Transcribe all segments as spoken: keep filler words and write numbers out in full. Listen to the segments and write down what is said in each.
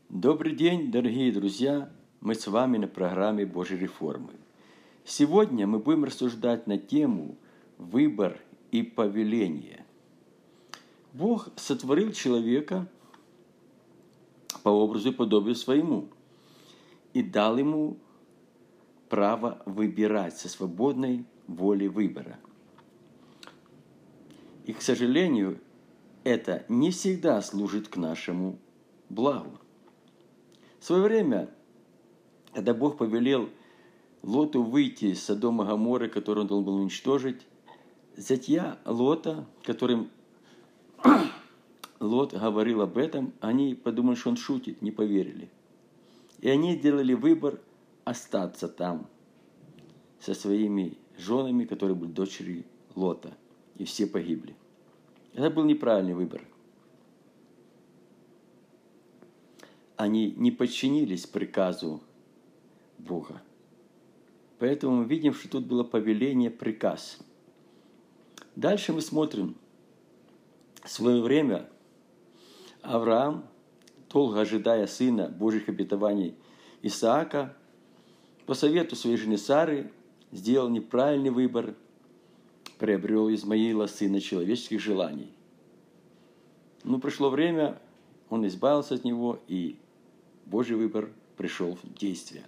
Добрый день, дорогие друзья! Мы с вами на программе Божьей реформы. Сегодня мы будем рассуждать на тему «Выбор и повеление». Бог сотворил человека по образу и подобию своему и дал ему право выбирать со свободной волей выбора. И, к сожалению, это не всегда служит к нашему благу. В свое время, когда Бог повелел Лоту выйти из Содома и Гоморры, которую он должен был уничтожить, зятья Лота, которым Лот говорил об этом, они подумали, что он шутит, не поверили. И они сделали выбор остаться там со своими женами, которые были дочери Лота. И все погибли. Это был неправильный выбор. Они не подчинились приказу Бога. Поэтому мы видим, что тут было повеление, приказ. Дальше мы смотрим. В свое время Авраам, долго ожидая сына Божьих обетований Исаака, по совету своей жены Сары сделал неправильный выбор, приобрел Измаила, сына человеческих желаний. Но пришло время, он избавился от него, и Божий выбор пришел в действие.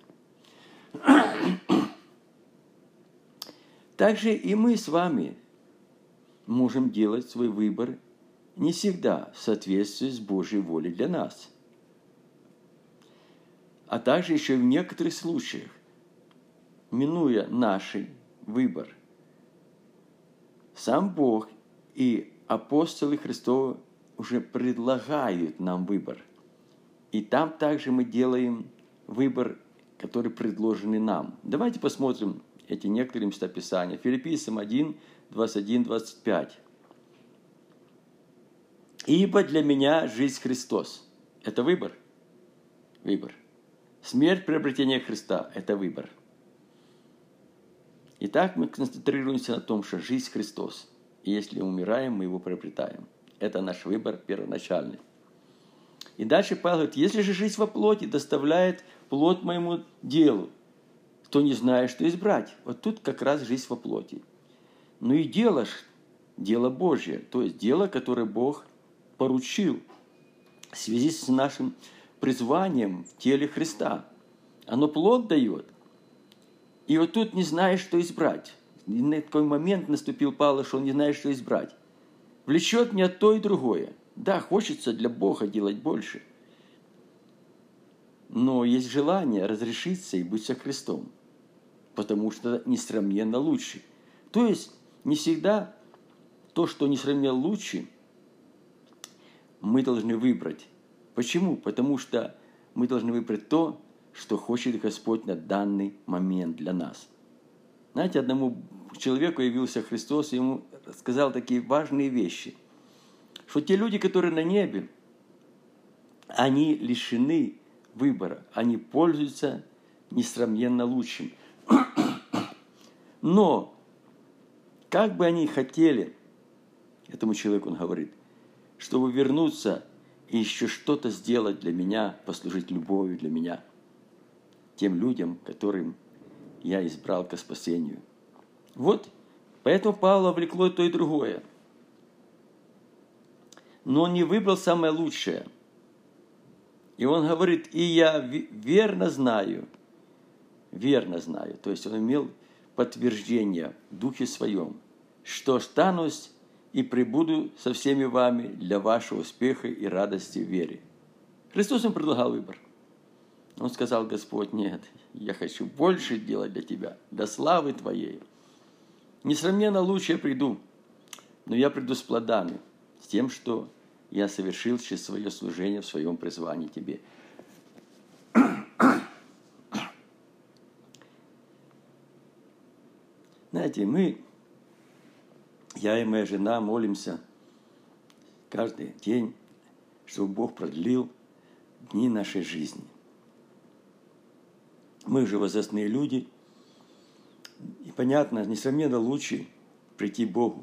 Также и мы с вами можем делать свой выбор не всегда в соответствии с Божьей волей для нас. А также еще и в некоторых случаях, минуя наш выбор, сам Бог и апостолы Христовы уже предлагают нам выбор. И там также мы делаем выбор, который предложен нам. Давайте посмотрим эти некоторые места Писания. Филиппийцам один, двадцать один, двадцать пять. «Ибо для меня жизнь Христос». Это выбор? Выбор. Смерть, приобретение Христа – это выбор. Итак, мы концентрируемся на том, что жизнь Христос. И если умираем, мы его приобретаем. Это наш выбор первоначальный. И дальше Павел говорит, если же жизнь во плоти доставляет плод моему делу, то не знаю, что избрать. Вот тут как раз жизнь во плоти. Ну и дело, дело Божье, то есть дело, которое Бог поручил в связи с нашим призванием в теле Христа. Оно плод дает. И вот тут не знаешь, что избрать. И на такой момент наступил Павел, что он не знает, что избрать. Влечет меня то и другое. Да, хочется для Бога делать больше. Но есть желание разрешиться и быть со Христом. Потому что это несравненно лучше. То есть, не всегда то, что несравненно лучше, мы должны выбрать. Почему? Потому что мы должны выбрать то, что хочет Господь на данный момент для нас. Знаете, одному человеку явился Христос, и ему сказал такие важные вещи, что те люди, которые на небе, они лишены выбора, они пользуются несравненно лучшим. Но, как бы они хотели, этому человеку он говорит, чтобы вернуться и еще что-то сделать для меня, послужить любовью для меня, тем людям, которым я избрал ко спасению. Вот, поэтому Павла влекло и то, и другое. Но он не выбрал самое лучшее. И он говорит, и я верно знаю, верно знаю, то есть он имел подтверждение в духе своем, что останусь и пребуду со всеми вами для вашего успеха и радости в вере. Христос им предлагал выбор. Он сказал, Господь, нет, я хочу больше делать для Тебя, для славы Твоей. Несравненно лучше я приду, но я приду с плодами, с тем, что я совершил через свое служение в своем призвании Тебе. Знаете, мы, я и моя жена молимся каждый день, чтобы Бог продлил дни нашей жизни. Мы же возрастные люди, и понятно, несравненно лучше прийти к Богу.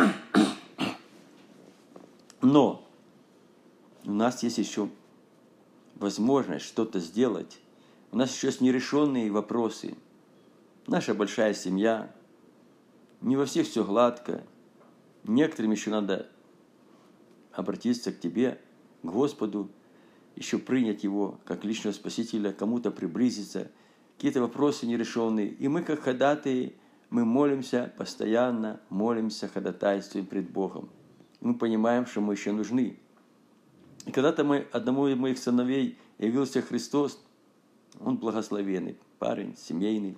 Но у нас есть еще возможность что-то сделать. У нас еще есть нерешенные вопросы. Наша большая семья. Не во всех все гладко. Некоторым еще надо обратиться к тебе, к Господу, еще принять Его как личного Спасителя, кому-то приблизиться. Какие-то вопросы нерешенные. И мы, как ходатаи, мы молимся постоянно, молимся, ходатайствуем пред Богом. И мы понимаем, что мы еще нужны. И когда-то мы, одному из моих сыновей явился Христос, он благословенный парень, семейный.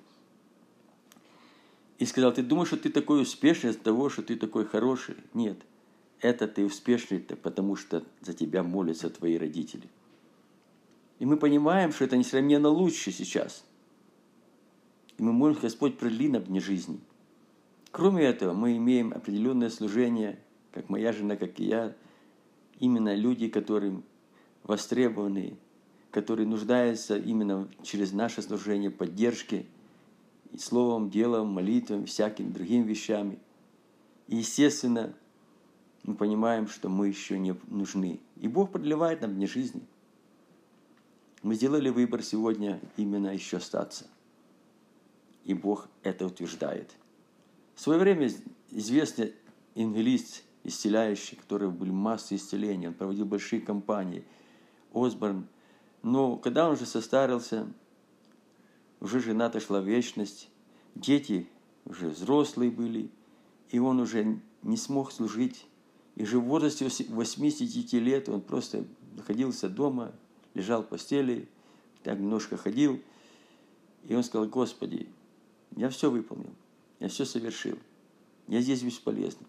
И сказал: ты думаешь, что ты такой успешный из-за того, что ты такой хороший? Нет, это ты успешный-то, потому что за тебя молятся твои родители. И мы понимаем, что это несравненно лучше сейчас. И мы молим: Господь, продли нам дни жизни. Кроме этого, мы имеем определенное служение, как моя жена, как и я, именно люди, которым востребованы, которые нуждаются именно через наше служение поддержки и словом, делом, молитвами, всякими другими вещами. И, естественно, мы понимаем, что мы еще не нужны. И Бог продлевает нам дни жизни. Мы сделали выбор сегодня именно еще остаться. И Бог это утверждает. В свое время известный евангелист, исцеляющий, который были массы исцелений, он проводил большие кампании, Осборн. Но когда он уже состарился, уже жена отошла в вечность, дети уже взрослые были, и он уже не смог служить. И же в возрасте восьмидесяти лет он просто находился дома, лежал в постели, так немножко ходил. И он сказал: Господи, я все выполнил, я все совершил, я здесь бесполезен.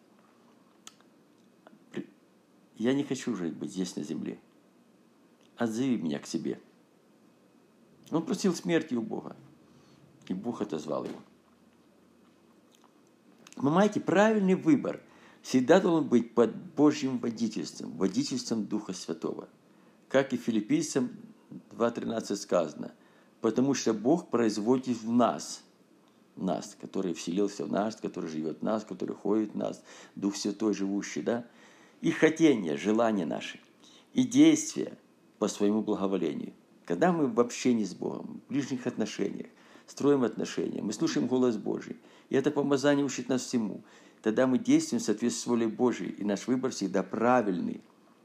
Я не хочу уже быть здесь на земле. Отзови меня к себе. Он просил смерти у Бога, и Бог отозвал его. Понимаете, правильный выбор всегда должен быть под Божьим водительством, водительством Духа Святого. Как и Филиппийцам два тринадцать сказано: потому что Бог производит в нас, нас, который вселился в нас, который живет в нас, который ходит в нас, Дух Святой живущий, да, и хотение, желания наши, и действия по своему благоволению. Когда мы в общении с Богом, в ближних отношениях, строим отношения, мы слушаем голос Божий, и это помазание учит нас всему, тогда мы действуем в соответствии с волей Божией, и наш выбор всегда правильный.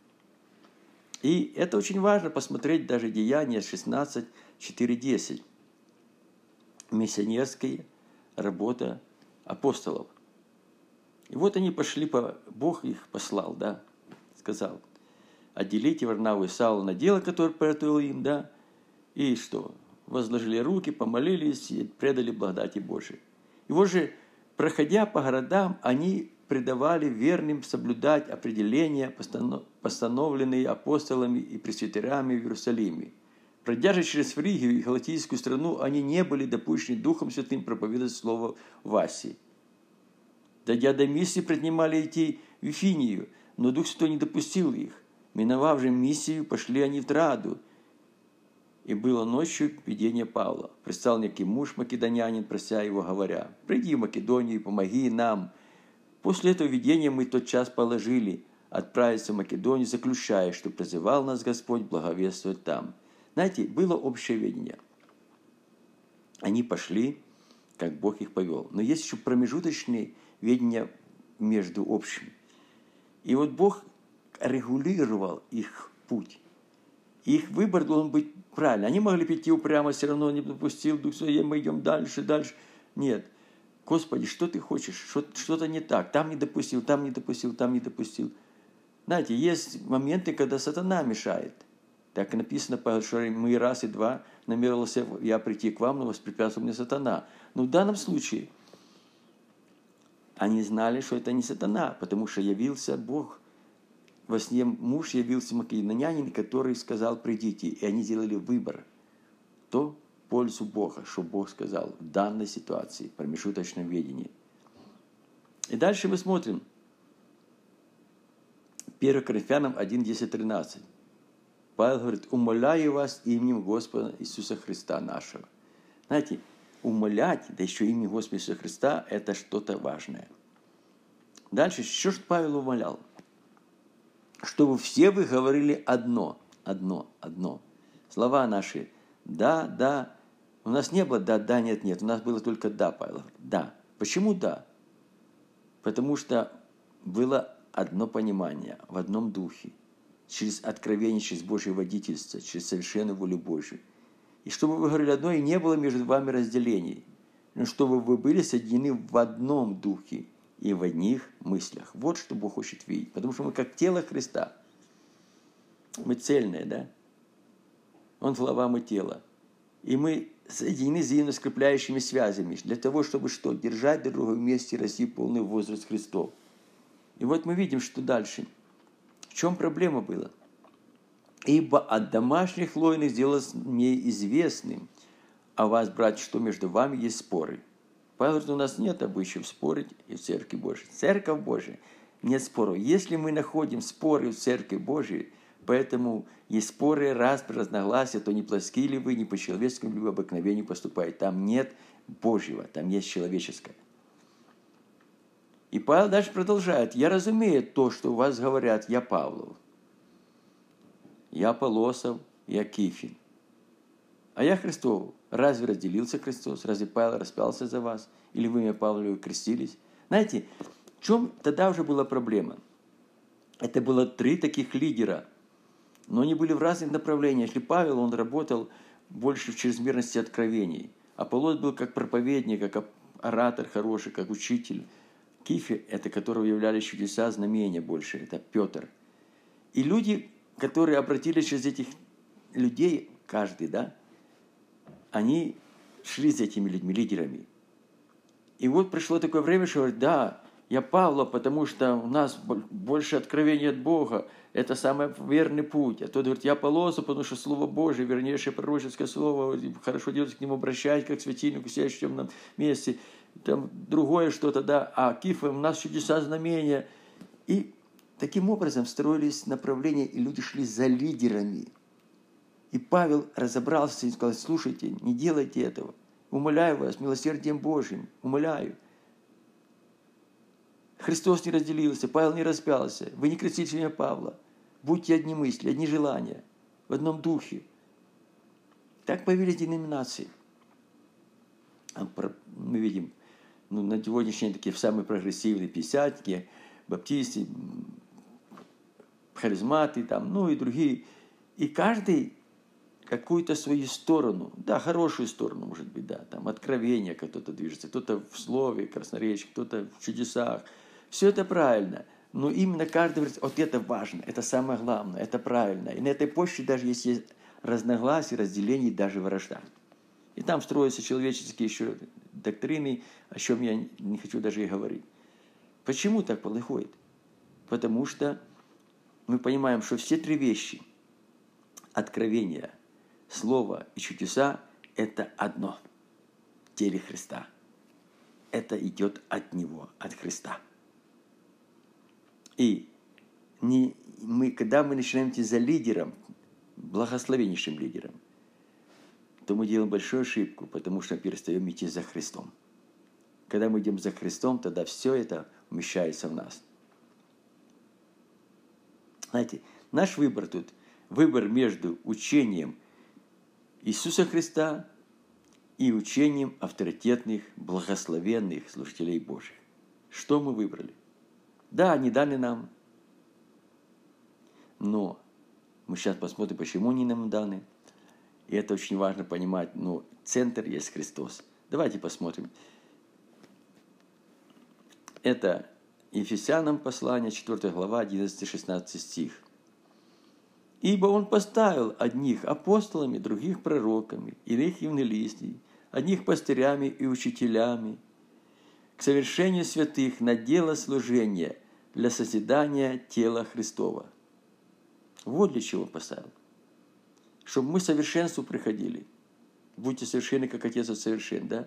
И это очень важно посмотреть даже Деяния шестнадцать, четыре, десять. Миссионерская работа апостолов. И вот они пошли, по... Бог их послал, да, сказал: отделите Варнаву и Саула на дело, которое приготовил им, да, и что? Возложили руки, помолились и предали благодати Божией. И вот же, проходя по городам, они предавали верным соблюдать определения, постановленные апостолами и пресвитерами в Иерусалиме. Пройдя же через Фригию и Галатийскую страну, они не были допущены Духом Святым проповедовать слово в Асии. Дойдя до Миссии, преднимали идти в Вифинию, но Дух Святой не допустил их. Миновав же Миссию, пошли они в Троаду. И было ночью видение Павла. Предстал некий муж македонянин, прося его, говоря: приди в Македонию и помоги нам. После этого видения мы тот час положили отправиться в Македонию, заключая, что призывал нас Господь благовествовать там. Знаете, было общее видение. Они пошли, как Бог их повел. Но есть еще промежуточные видения между общим. И вот Бог регулировал их путь. Их выбор должен быть правильный. Они могли пойти упрямо, все равно не допустил Дух Святой, мы идем дальше, дальше. Нет. Господи, что ты хочешь? Что-то не так. Там не допустил, там не допустил, там не допустил. Знаете, есть моменты, когда сатана мешает. Так написано, что мы раз и два намерился я прийти к вам, но воспрепятствовал мне сатана. Но в данном случае они знали, что это не сатана, потому что явился Бог. Во сне муж явился македонянин, который сказал: придите. И они сделали выбор. То в пользу Бога, что Бог сказал в данной ситуации, в промежуточном видении. И дальше мы смотрим. первое Коринфянам один, десять, тринадцать. Павел говорит: умоляю вас именем Господа Иисуса Христа нашего. Знаете, умолять, да еще именем Господа Иисуса Христа, это что-то важное. Дальше, что же Павел умолял? Чтобы все вы говорили одно, одно, одно. Слова наши «да», «да». У нас не было «да», «да», «нет», «нет». У нас было только «да», Павел. «Да». Почему «да»? Потому что было одно понимание в одном духе, через откровение, через Божье водительство, через совершенную волю Божию. И чтобы вы говорили одно, и не было между вами разделений, но чтобы вы были соединены в одном духе и в одних мыслях. Вот что Бог хочет видеть. Потому что мы как тело Христа. Мы цельные, да? Он голова, мы тело. И мы соединены взаимно скрепляющими связями для того, чтобы что? Держать друг друга вместе и расти в полный возраст Христов. И вот мы видим, что дальше. В чем проблема была? «Ибо от домашних лойных сделалось мне известным, а вас, братья, что между вами есть споры». Павел говорит, у нас нет обычаев спорить и в Церкви Божией. Церковь Божия нет споров. Если мы находим споры в Церкви Божией, поэтому есть споры, распри, разногласия, то не плоские ли вы, не по человеческому ли вы обыкновению поступаете. Там нет Божьего, там есть человеческое. И Павел дальше продолжает. «Я разумею то, что у вас говорят, я Павлов, я Аполлосов, я Кифин. А я Христов. Разве разделился Христос? Разве Павел распялся за вас? Или вы, имя Павлову, крестились?» Знаете, в чем тогда уже была проблема? Это было три таких лидера, но они были в разных направлениях. Если Павел, он работал больше в чрезмерности откровений. Аполлос был как проповедник, как оратор хороший, как учитель. Кифи, это которого являлись чудеса, знамения больше, это Петр. И люди, которые обратились через этих людей, каждый, да, они шли за этими людьми, лидерами. И вот пришло такое время, что говорят, да, я Павла, потому что у нас больше откровений от Бога, это самый верный путь. А тот говорит, я Аполлоса, потому что Слово Божие, вернейшее пророческое Слово, хорошо делать к нему обращать, как светильнику, сидящему в темном месте. Там другое что-то, да, а Кифа, у нас чудеса, знамения. И таким образом строились направления, и люди шли за лидерами. И Павел разобрался и сказал, слушайте, не делайте этого. Умоляю вас, милосердием Божьим, умоляю. Христос не разделился, Павел не распялся. Вы не крестите имя Павла. Будьте одни мысли, одни желания, в одном духе. Так появились деноминации. Мы видим, ну, на сегодняшний день такие самые прогрессивные пятидесятники, баптисты, харизматы, там, ну и другие. И каждый какую-то свою сторону, да, хорошую сторону, может быть, да, там откровение кто-то движется, кто-то в слове, красноречии, кто-то в чудесах. Все это правильно, но именно каждый говорит, вот это важно, это самое главное, это правильно. И на этой почве даже есть разногласия, разделения, даже вражда. И там строятся человеческие еще доктрины, о чем я не хочу даже и говорить. Почему так происходит? Потому что мы понимаем, что все три вещи, откровение, слово и чудеса, это одно в теле Христа. Это идет от Него, от Христа. И не, мы, когда мы начинаем идти за лидером, благословеннейшим лидером, то мы делаем большую ошибку, потому что мы перестаем идти за Христом. Когда мы идем за Христом, тогда все это умещается в нас. Знаете, наш выбор тут, выбор между учением Иисуса Христа и учением авторитетных, благословенных служителей Божьих. Что мы выбрали? Да, они даны нам, но мы сейчас посмотрим, почему они нам даны. И это очень важно понимать, но центр есть Христос. Давайте посмотрим. Это Ефесянам послание, четвёртая глава, одиннадцатый-шестнадцатый стих. «Ибо Он поставил одних апостолами, других пророками, иных евангелистами, одних пастырями и учителями, к совершению святых на дело служения для созидания тела Христова». Вот для чего поставил. Чтобы мы к совершенству приходили. Будьте совершенны, как Отец совершен, да?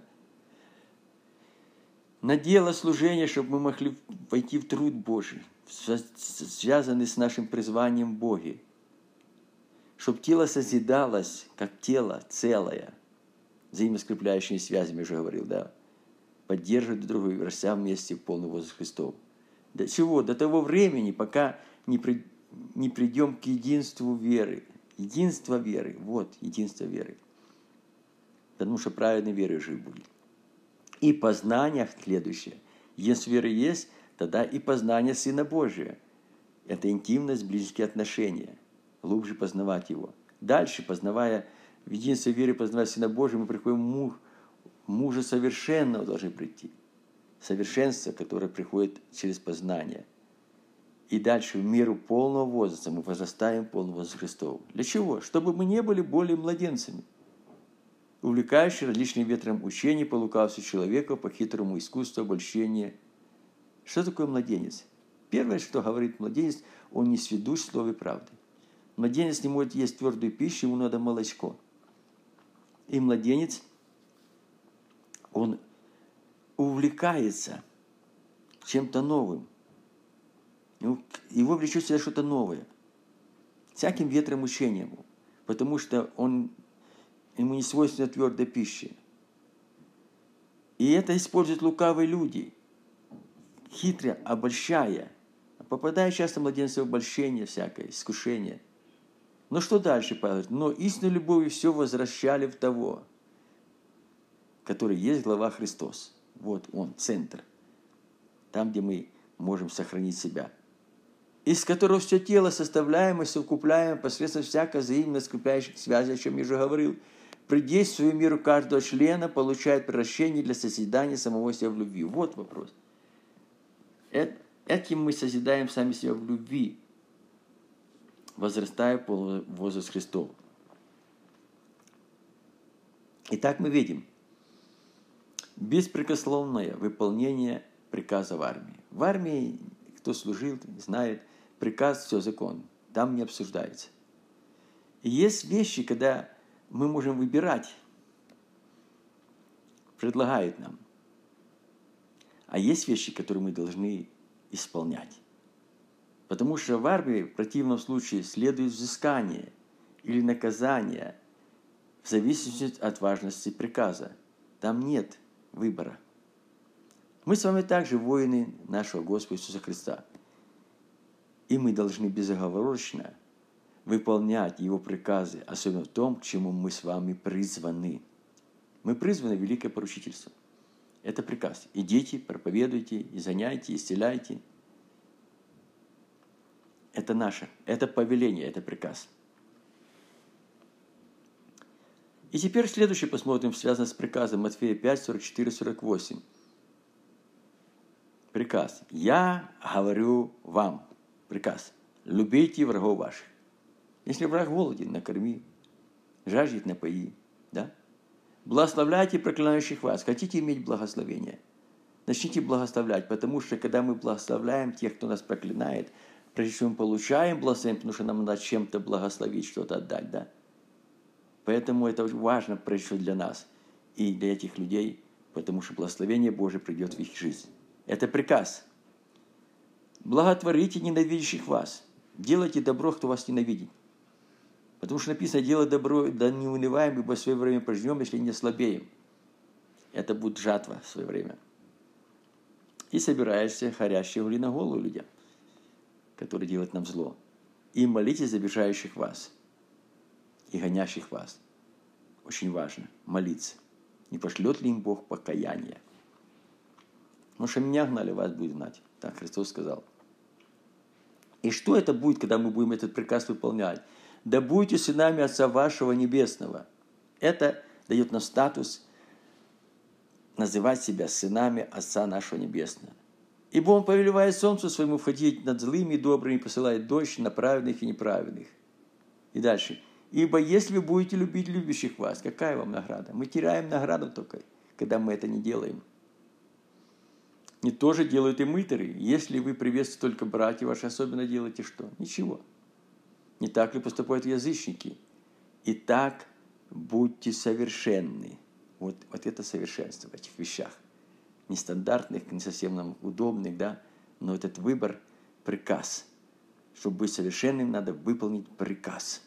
На дело служения, чтобы мы могли войти в труд Божий, связанный с нашим призванием в Боге. Чтобы тело созидалось, как тело целое, взаимоскрепляющими связями, я уже говорил, да? Поддерживать друг друга, растя вместе в полный возраст Христов. До чего? До того времени, пока не, при, не придем к единству веры, Единство веры. Вот, единство веры. Потому что праведной верой жив будет. И познание следующее. Если вера есть, тогда и познание Сына Божия. Это интимность, близкие отношения. Глубже познавать Его. Дальше, познавая в единстве веры, познавая Сына Божия, мы приходим к муж, мужа совершенного должны прийти. Совершенство, которое приходит через познание. И дальше в меру полного возраста мы возрастаем в полный возраст Христов. Для чего? Чтобы мы не были более младенцами, увлекающие различным ветром учений по лукавству человека, по хитрому искусству обольщения. Что такое младенец? Первое, что говорит младенец, он не сведущ в слове правды. Младенец не может есть твердую пищу, ему надо молочко. И младенец, он увлекается чем-то новым. Его влечет сюда что-то новое. Всяким ветром учением. Потому что он, ему не свойственна твердая пища. И это используют лукавые люди, хитро обольщая, попадая часто младенцы в обольщение всякое, искушение. Но что дальше, Павел? Но истинной любовью все возвращали в того, который есть глава Христос. Вот он, центр. Там, где мы можем сохранить себя. Из которого все тело составляемо и совокупляемо посредством всякой взаимно скрепляющих связей, о чем я уже говорил, придействуя миру каждого члена, получает прощение для созидания самого себя в любви. Вот вопрос. Этим мы созидаем сами себя в любви, возрастая в полный возраст Христов. Итак, мы видим беспрекословное выполнение приказа в армии. В армии, кто служил, знает, приказ – все закон. Там не обсуждается. И есть вещи, когда мы можем выбирать, предлагают нам. А есть вещи, которые мы должны исполнять. Потому что в армии в противном случае следует взыскание или наказание в зависимости от важности приказа. Там нет выбора. Мы с вами также воины нашего Господа Иисуса Христа. И мы должны безоговорочно выполнять Его приказы, особенно в том, к чему мы с вами призваны. Мы призваны в великое поручительство. Это приказ. Идите, проповедуйте, изгоняйте, исцеляйте. Это наше. Это повеление, это приказ. И теперь следующее посмотрим, связано с приказом Матфея пять, сорок четыре, сорок восемь. Приказ. «Я говорю вам». Приказ. «Любите врагов ваших». Если враг голоден, накорми. Жаждет, напои. Да? «Благословляйте проклинающих вас». Хотите иметь благословение? Начните благословлять, потому что, когда мы благословляем тех, кто нас проклинает, прежде всего мы получаем благословение, потому что нам надо чем-то благословить, что-то отдать. Да? Поэтому это очень важно, прежде всего, для нас и для этих людей, потому что благословение Божие придет в их жизнь. Это приказ. Благотворите ненавидящих вас. Делайте добро, кто вас ненавидит. Потому что написано, делай добро, да не унываем, ибо в свое время пожнем, если не ослабеем. Это будет жатва в свое время. И собираешься хорящие угли на голову людям, которые делают нам зло. И молитесь за обижающих вас и гонящих вас. Очень важно молиться. Не пошлет ли им Бог покаяние? Потому что меня гнали, вас будет знать. Так Христос сказал. И что это будет, когда мы будем этот приказ выполнять? Да будете сынами Отца вашего Небесного. Это дает нам статус называть себя сынами Отца нашего Небесного. Ибо Он повелевает солнцу своему входить над злыми и добрыми, посылает дождь на праведных и неправедных. И дальше. Ибо если вы будете любить любящих вас, какая вам награда? Мы теряем награду только, когда мы это не делаем. И тоже делают и мытари. Если вы приветствуете только братья ваши, особенно делаете что? Ничего. Не так ли поступают язычники? Итак, будьте совершенны. Вот, вот это совершенство в этих вещах. Нестандартных, не совсем нам удобных, да? Но этот выбор – приказ. Чтобы быть совершенным, надо выполнить приказ.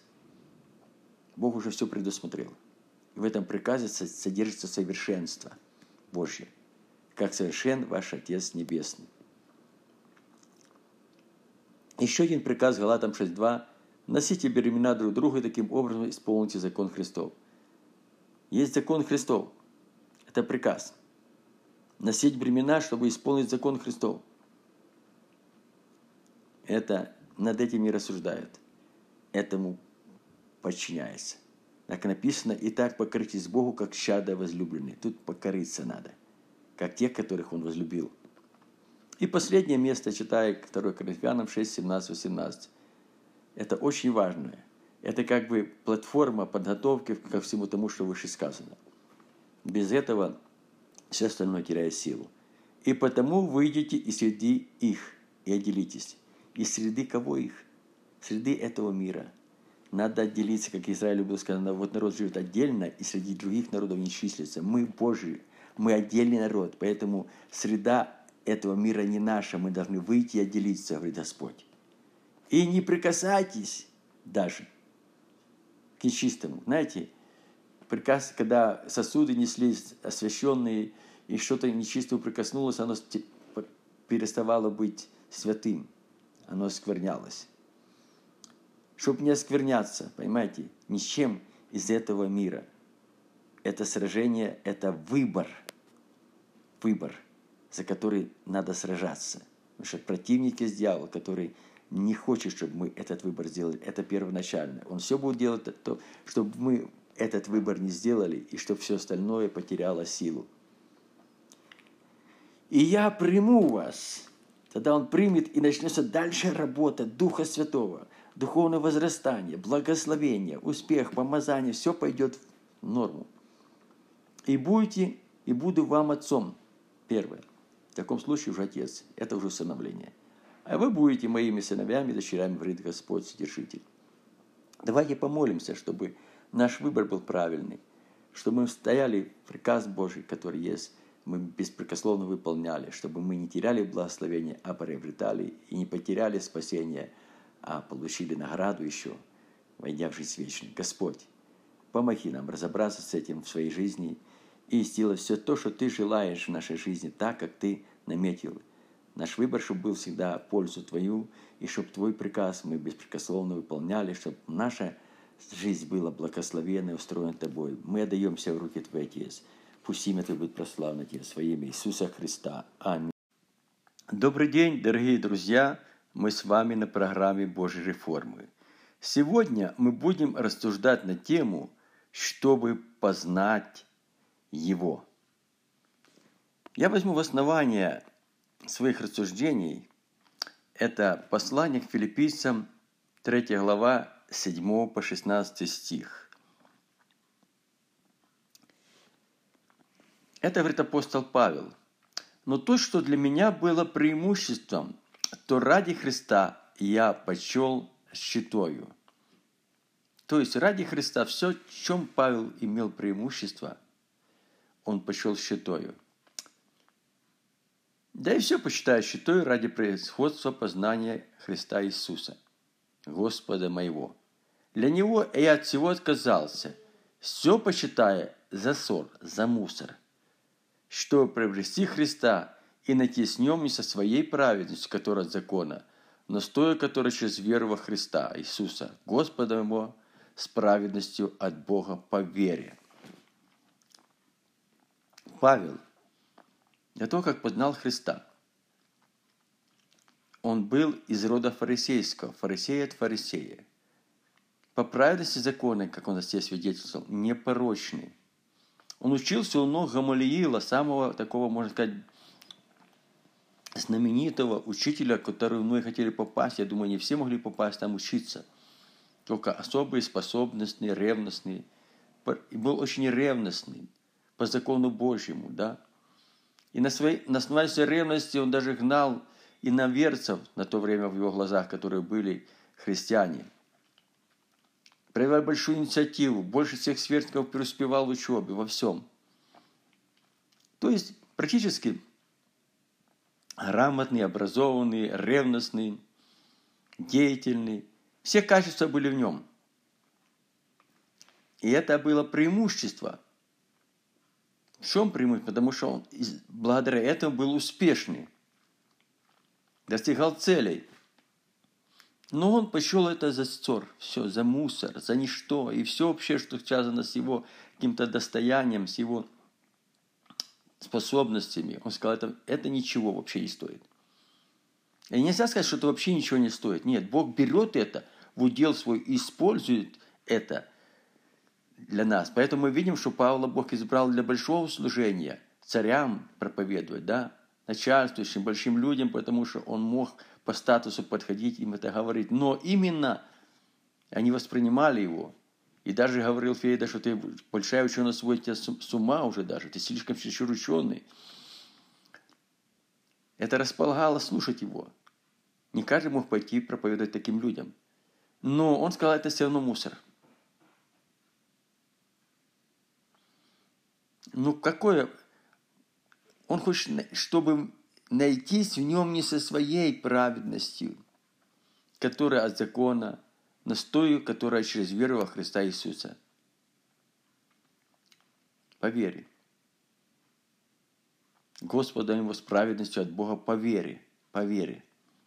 Бог уже все предусмотрел. И в этом приказе содержится совершенство Божье. Как совершен ваш Отец Небесный. Еще один приказ Галатам шесть два Носите бремена друг друга и таким образом исполните закон Христов. Есть закон Христов. Это приказ. Носить бремена, чтобы исполнить закон Христов. Это над этим не рассуждают. Этому подчиняется. Так написано, и так покоритесь Богу, как чадо возлюбленные. Тут покориться надо, как тех, которых Он возлюбил. И последнее место, читая второе Коринфянам шесть, семнадцать, восемнадцать. Это очень важное. Это как бы платформа подготовки ко всему тому, что выше сказано. Без этого все остальное теряет силу. И потому выйдите из среди их и отделитесь. Из среды кого их? Среды этого мира. Надо отделиться, как Израиль любил сказать, вот народ живет отдельно, и среди других народов не числится. Мы Божьи, мы отдельный народ, поэтому среда этого мира не наша, мы должны выйти и отделиться, говорит Господь. И не прикасайтесь даже к нечистому. Знаете, приказ, когда сосуды неслись освященные, и что-то нечистого прикоснулось, оно переставало быть святым, оно осквернялось. Чтобы не оскверняться, понимаете, ни с чем из этого мира. Это сражение, это выбор. Выбор, за который надо сражаться. Потому что противник есть дьявол, который не хочет, чтобы мы этот выбор сделали. Это первоначально. Он все будет делать, то, чтобы мы этот выбор не сделали, и чтобы все остальное потеряло силу. И я приму вас. Тогда он примет, и начнется дальше работа Духа Святого. Духовное возрастание, благословение, успех, помазание, все пойдет в норму. И будете, и буду вам отцом. Первое. В таком случае уже отец. Это уже усыновление. А вы будете моими сыновьями и дочерями, говорит Господь, Вседержитель. Давайте помолимся, чтобы наш выбор был правильный, чтобы мы стояли в приказ Божий, который есть, мы беспрекословно выполняли, чтобы мы не теряли благословение, а приобретали, и не потеряли спасение, а получили награду еще, войдя в жизнь вечную. Господь, помоги нам разобраться с этим в своей жизни и сделать все то, что Ты желаешь в нашей жизни, так, как Ты наметил. Наш выбор, чтобы был всегда в пользу Твою, и чтобы Твой приказ мы беспрекословно выполняли, чтобы наша жизнь была благословенна и устроена Тобой. Мы отдаем все в руки Твои, Отец. Пусть имя Твое будет прославлено, Отец, во имя Иисуса Христа. Аминь. Добрый день, дорогие друзья! Мы с вами на программе Божьей реформы. Сегодня мы будем рассуждать на тему, чтобы познать Его. Я возьму в основание своих рассуждений это послание к филиппийцам, третья глава, с седьмого по шестнадцатый стих. Это говорит апостол Павел. «Но то, что для меня было преимуществом, то ради Христа я почел считаю». То есть ради Христа все, в чем Павел имел преимущество, он почел считаю. Да и все почитаю считаю ради превосходства познания Христа Иисуса, Господа моего. Для Него я от всего отказался, все почитая за ссор, за мусор, чтобы приобрести Христа и найти с Нем не со своей праведностью, которая от закона, но с той, которая через веру во Христа Иисуса, Господа моего, с праведностью от Бога по вере. Павел, до того, как познал Христа, он был из рода фарисейского, фарисея от фарисея. По праведности закона, как он о себе свидетельствовал, непорочный. Он учился у ног Гамалиила, самого такого, можно сказать, знаменитого учителя, который многие хотели попасть. Я думаю, не все могли попасть там учиться. Только особые, способностные, ревностные. И был очень ревностный по закону Божьему, да. И на, своей, на основании своей ревности он даже гнал иноверцев на то время в его глазах, которые были христиане. Проявлял большую инициативу, больше всех сверстников преуспевал в учебе, во всем. То есть практически грамотный, образованный, ревностный, деятельный. Все качества были в нем. И это было преимущество. В чем преимущество? Потому что он благодаря этому был успешный. Достигал целей. Но он почел это за ссор, все, за мусор, за ничто. И все вообще, что связано с его каким-то достоянием, с его способностями. Он сказал, это, это ничего вообще не стоит. И нельзя сказать, что это вообще ничего не стоит. Нет, Бог берет это в удел свой и использует это для нас. Поэтому мы видим, что Павла Бог избрал для большого служения, царям проповедовать, да, начальствующим, большим людям, потому что он мог по статусу подходить, им это говорить. Но именно они воспринимали его. И даже говорил Феида, что ты большая ученость сводит тебя с ума уже даже, ты слишком чересчур ученый. Это располагало слушать его. Не каждый мог пойти проповедовать таким людям. Но он сказал, это все равно мусор. Ну, какое... Он хочет, чтобы найтись в нем не со своей праведностью, которая от закона, но с той, которая через веру во Христа Иисуса. По вере. Господа его с праведностью от Бога по вере. По вере.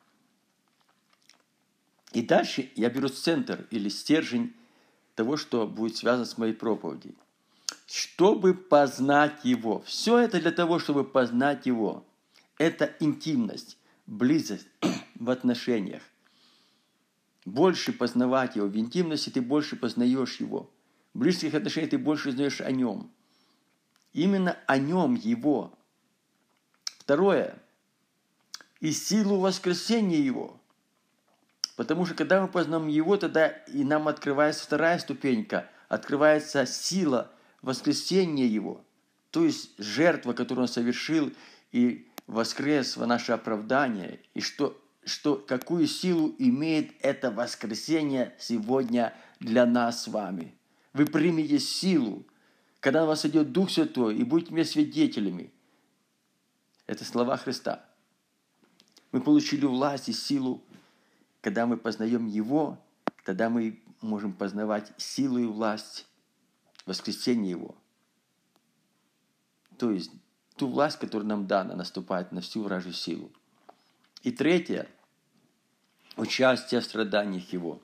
И дальше я беру центр или стержень того, что будет связано с моей проповедью. Чтобы познать Его. Все это для того, чтобы познать Его. Это интимность, близость в отношениях. Больше познавать Его. В интимности ты больше познаешь Его. В близких отношениях ты больше знаешь о Нем. Именно о Нем, Его. Второе. И силу воскресения Его. Потому что когда мы познаем Его, тогда и нам открывается вторая ступенька. Открывается сила воскресения Его. То есть жертва, которую Он совершил и воскрес в наше оправдание. И что, что, какую силу имеет это воскресение сегодня для нас с вами. Вы примете силу, когда на вас идет Дух Святой, и будете мне свидетелями. Это слова Христа. Мы получили власть и силу. Когда мы познаем Его, тогда мы можем познавать силу и власть воскресения Его. То есть ту власть, которая нам дана, наступает на всю вражью силу. И третье – участие в страданиях Его.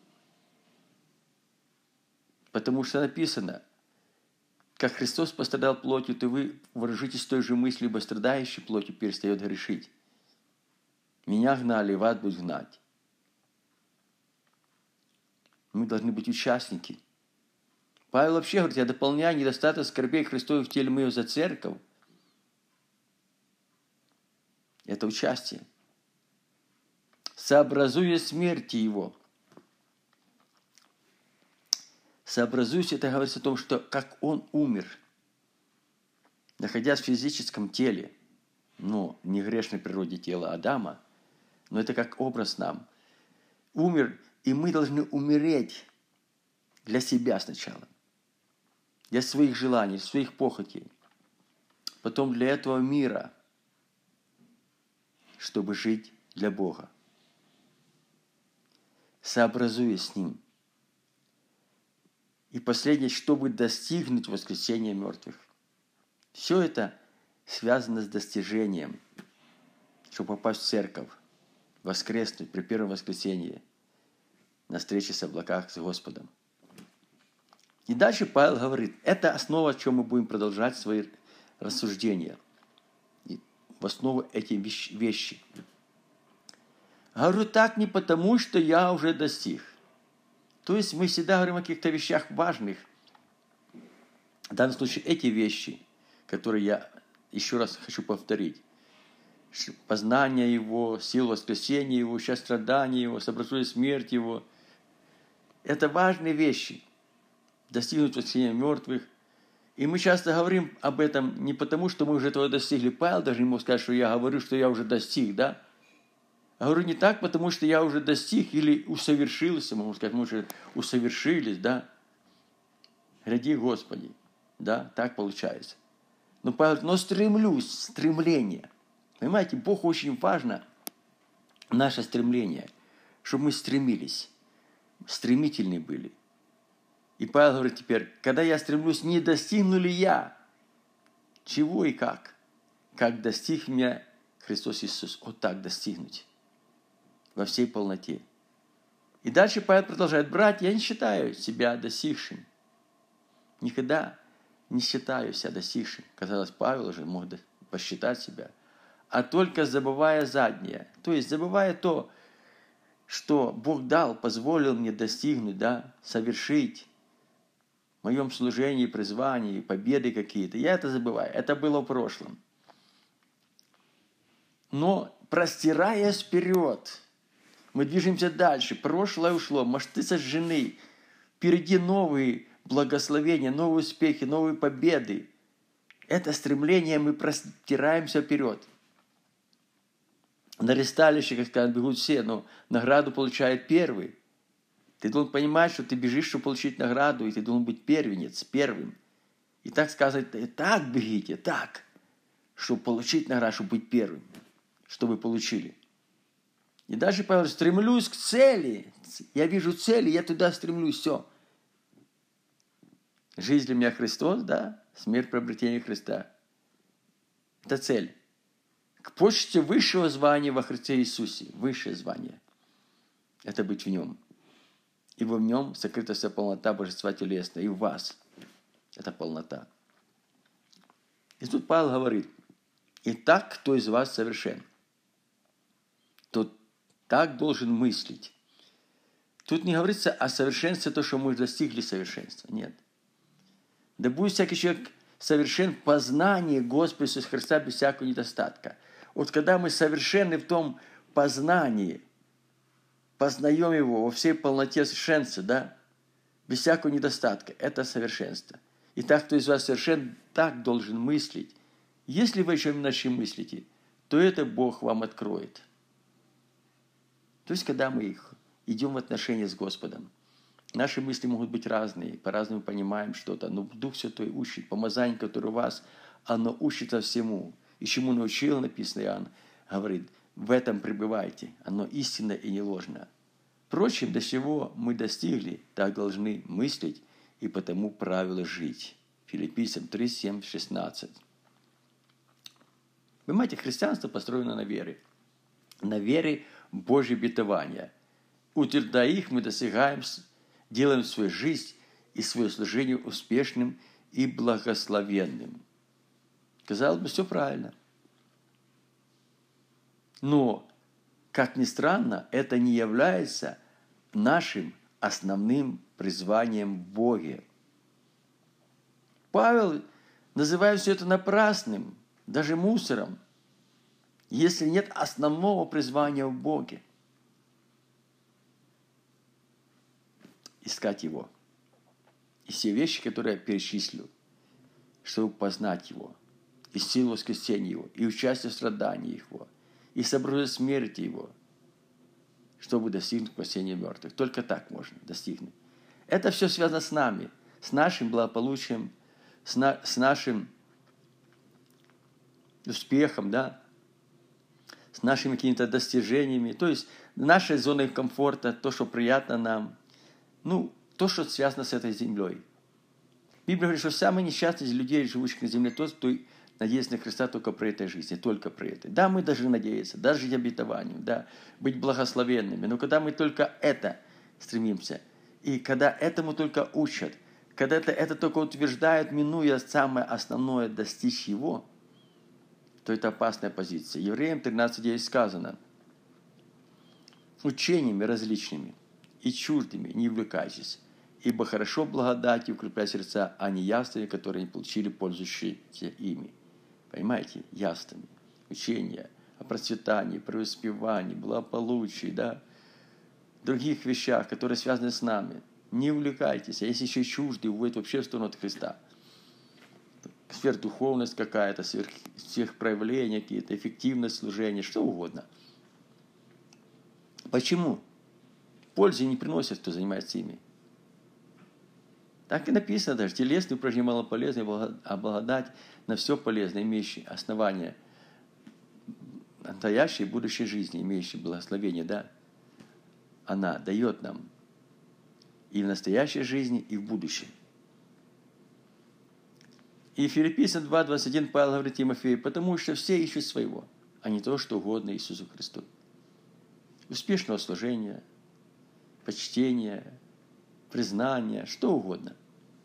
Потому что написано, как Христос пострадал плотью, то вы вооружитесь той же мыслью, ибо страдающий плотью перестает грешить. Меня гнали, вас будут гнать. Мы должны быть участники. Павел вообще говорит, я дополняю недостаток скорбей Христовых в теле моего за церковь. Это участие. Сообразуя смерти Его. Сообразуясь, это говорится о том, что как Он умер, находясь в физическом теле, но не грешной природе тела Адама, но это как образ нам. Умер, и мы должны умереть для себя сначала. Для своих желаний, своих похотей. Потом для этого мира, чтобы жить для Бога. Сообразуясь с Ним. И последнее, чтобы достигнуть воскресения мертвых. Все это связано с достижением, чтобы попасть в церковь, воскреснуть при первом воскресении, на встрече с облаках с Господом. И дальше Павел говорит, это основа, о чем мы будем продолжать свои рассуждения. И в основу эти вещи. Говорю так не потому, что я уже достиг. То есть мы всегда говорим о каких-то вещах важных. В данном случае эти вещи, которые я еще раз хочу повторить. Познание Его, силу воскресения Его, сейчас страдания Его, сообразуя смерть Его. Это важные вещи. Достигнуть воскресения мертвых. И мы часто говорим об этом не потому, что мы уже этого достигли. Павел даже не мог сказать, что я говорю, что я уже достиг, да? Я говорю не так, потому что я уже достиг или усовершился, можно сказать, мы уже усовершились, да? Гряди, Господи, да? Так получается. Но Павел говорит, но стремлюсь, стремление. Понимаете, Богу очень важно наше стремление, чтобы мы стремились, стремительны были. И Павел говорит теперь, когда я стремлюсь, не достигну ли я? Чего и как? Как достиг меня Христос Иисус. Вот так достигнуть. Во всей полноте. И дальше Павел продолжает: «Братья, я не считаю себя достигшим». Никогда не считаю себя достигшим. Казалось, Павел уже мог посчитать себя. А только забывая заднее. То есть, забывая то, что Бог дал, позволил мне достигнуть, да, совершить в моем служении, призвании, победы какие-то. Я это забываю. Это было в прошлом. Но простираясь вперед, мы движемся дальше. Прошлое ушло, мосты сожжены. Впереди новые благословения, новые успехи, новые победы. Это стремление, мы простираемся вперед. На ресталище, как сказать, бегут все, но награду получает первый. Ты должен понимать, что ты бежишь, чтобы получить награду, и ты должен быть первенец, первым. И так сказать, так бегите, так, чтобы получить награду, чтобы быть первым, чтобы вы получили. И дальше Павел: стремлюсь к цели. Я вижу цели, я туда стремлюсь, все. Жизнь для меня Христос, да, смерть приобретение Христа. Это цель. К почте высшего звания во Христе Иисусе. Высшее звание. Это быть в Нем. И в Нем сокрыта вся полнота Божества телесного. И в вас. Это полнота. И тут Павел говорит: «Итак, кто из вас совершен, тот так должен мыслить». Тут не говорится о совершенстве, то, что мы достигли совершенства. Нет. Да будет всякий человек совершен в познании Господа Иисуса Христа без всякого недостатка. Вот когда мы совершенны в том познании, познаем Его во всей полноте совершенства, да, без всякого недостатка, это совершенство. И так, кто из вас совершен, так должен мыслить. Если вы еще иначе мыслите, то это Бог вам откроет. То есть, когда мы их идем в отношения с Господом, наши мысли могут быть разные, по-разному понимаем что-то, но Дух Святой учит, помазание, которое у вас, оно учит всему. И чему научил, написано Иоанн, говорит: в этом пребывайте, оно истинно и не ложно. Впрочем, до чего мы достигли, так должны мыслить и по тому правилу жить. Филиппийцам три, семь, шестнадцать. Вы понимаете, христианство построено на вере. На вере в Божье обетование. Утверждая их, мы достигаем, делаем свою жизнь и свое служение успешным и благословенным. Казалось бы, все правильно. Но, как ни странно, это не является нашим основным призванием в Боге. Павел называет все это напрасным, даже мусором, если нет основного призвания в Боге. Искать Его. И все вещи, которые я перечислил, чтобы познать Его, и силу воскресения Его, и участие в страдании Его, и сообразить смерти Его, чтобы достигнуть спасения мертвых. Только так можно достигнуть. Это все связано с нами, с нашим благополучием, с, на, с нашим успехом, да, с нашими какими-то достижениями, то есть нашей зоной комфорта, то, что приятно нам, ну, то, что связано с этой землей. Библия говорит, что самый несчастный из людей, живущих на земле, тот, кто надеется на Христа только про этой жизни, только про это. Да, мы должны надеяться, даже жить обетованием, да, быть благословенными, но когда мы только это стремимся, и когда этому только учат, когда это, это только утверждают, минуя самое основное, достичь его, то это опасная позиция. Евреям тринадцать девять сказано: учениями различными и чуждыми не увлекайтесь, ибо хорошо благодати укреплять сердца, а не яствами, которые не получили, пользующиеся ими. Понимаете? Яствами. Учения о процветании, преуспевании, благополучии, да, других вещах, которые связаны с нами. Не увлекайтесь. А если еще и чуждые, уводят вообще в сторону от Христа. Сверхдуховность какая-то, сверх, сверхпроявления какие-то, эффективность служения, что угодно. Почему? Пользы не приносят, кто занимается ими. Так и написано даже: телесные упражнения малополезны, а благодать на все полезно, имеющие основания настоящей и будущей жизни, имеющей благословение, да, она дает нам и в настоящей жизни, и в будущем. И Филиппийцам два двадцать один Павел говорит Тимофею: потому что все ищут своего, а не то, что угодно Иисусу Христу. Успешного служения, почтение, признание, что угодно.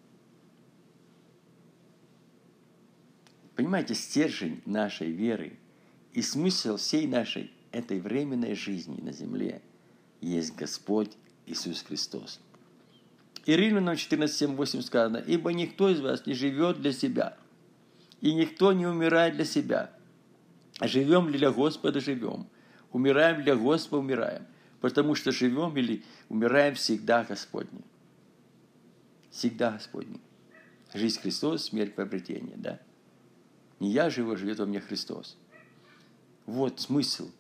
Понимаете, стержень нашей веры и смысл всей нашей этой временной жизни на земле есть Господь Иисус Христос. И Римлянам четырнадцать, семь, восемь сказано: «Ибо никто из вас не живет для себя, и никто не умирает для себя. Живем ли для Господа, живем. Умираем для Господа, умираем. Потому что живем или умираем всегда Господни». Всегда Господни. Жизнь Христос, смерть приобретение, да? Не я живу, живет во мне Христос. Вот смысл.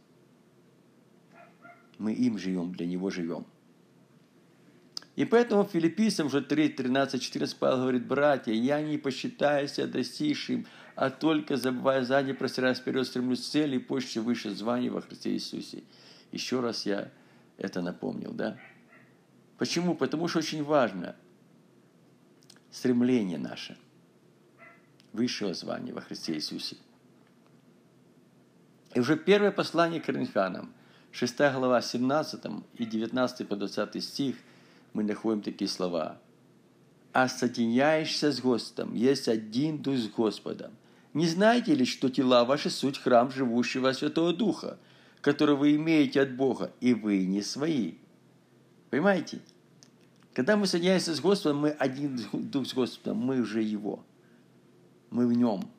Мы им живем, для Него живем. И поэтому Филиппийцам уже три, тринадцать, четырнадцать Павел говорит: «Братья, я не посчитаю себя достигшим, а только, забывая сзади, простираясь вперед, стремлюсь к цели, позже выше звания во Христе Иисусе». Еще раз я это напомнил, да? Почему? Потому что очень важно стремление наше высшего звания во Христе Иисусе. И уже первое послание к Коринфянам, шестая глава, семнадцатый и девятнадцатый по двадцатый стих, мы находим такие слова. «А соединяешься с Господом, есть один Дух с Господом. Не знаете ли, что тела ваши суть храм живущего Святого Духа, который вы имеете от Бога, и вы не свои?» Понимаете? Когда мы соединяемся с Господом, мы один Дух с Господом, мы уже Его. Мы в Нем.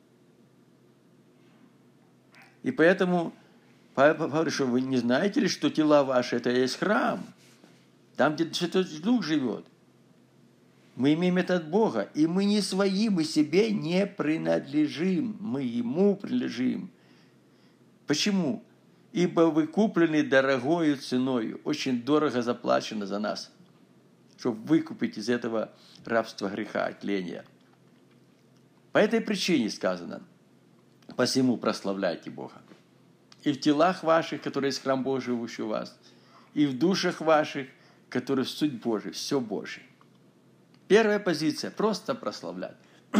И поэтому Павел говорит, что вы не знаете ли, что тела ваши – это есть храм, там, где Святой Дух живет. Мы имеем это от Бога, и мы не свои, мы себе не принадлежим, мы Ему принадлежим. Почему? Ибо вы куплены дорогою ценою, очень дорого заплачено за нас, чтобы выкупить из этого рабства греха, тления. По этой причине сказано: «Посему прославляйте Бога и в телах ваших, которые есть храм Божий, живущий у вас, и в душах ваших, которые суть Божия, все Божие». Первая позиция – просто прославлять.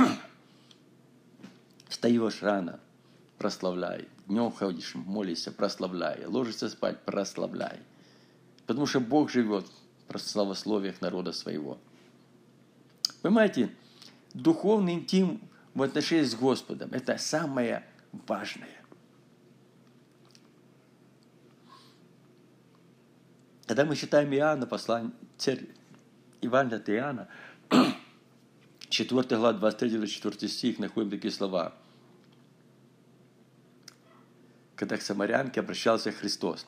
Встаешь рано – прославляй. Днем ходишь, молишься – прославляй. Ложишься спать – прославляй. Потому что Бог живет в славословиях народа своего. Понимаете, духовный интим в отношении с Господом – это самое важное. Когда мы читаем Иоанна, послание, Евангелие от Иоанна, четвёртая глава, двадцать третий до четвёртый стих, находим такие слова. Когда к самарянке обращался Христос.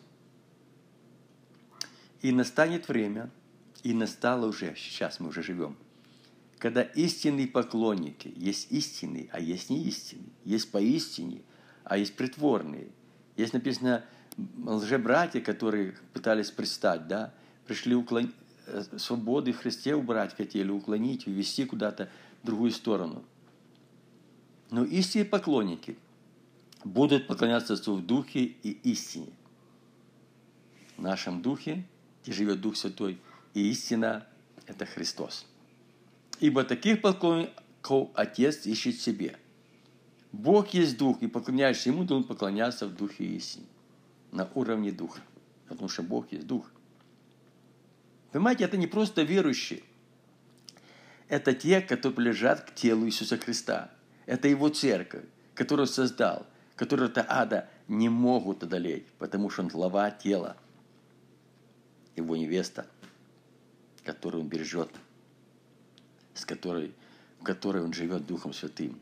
«И настанет время, и настало уже, сейчас мы уже живем, когда истинные поклонники, есть истинные, а есть не истинные, есть поистине, а есть притворные». Есть написано, лжебратья, которые пытались пристать, да, пришли уклонить, свободы в Христе убрать хотели, уклонить, увести куда-то в другую сторону. Но истинные поклонники будут поклоняться Отцу в Духе и истине. В нашем Духе, где живет Дух Святой, и истина – это Христос. «Ибо таких поклонников Отец ищет себе. Бог есть Дух, и поклоняющийся Ему должен поклоняться в Духе и истине». На уровне Духа. Потому что Бог есть Дух. Понимаете, это не просто верующие. Это те, которые принадлежат к телу Иисуса Христа. Это Его церковь, которую Он создал, которую это ада не могут одолеть, потому что Он глава тела. Его невеста, которую Он бережет, с которой, в которой Он живет Духом Святым.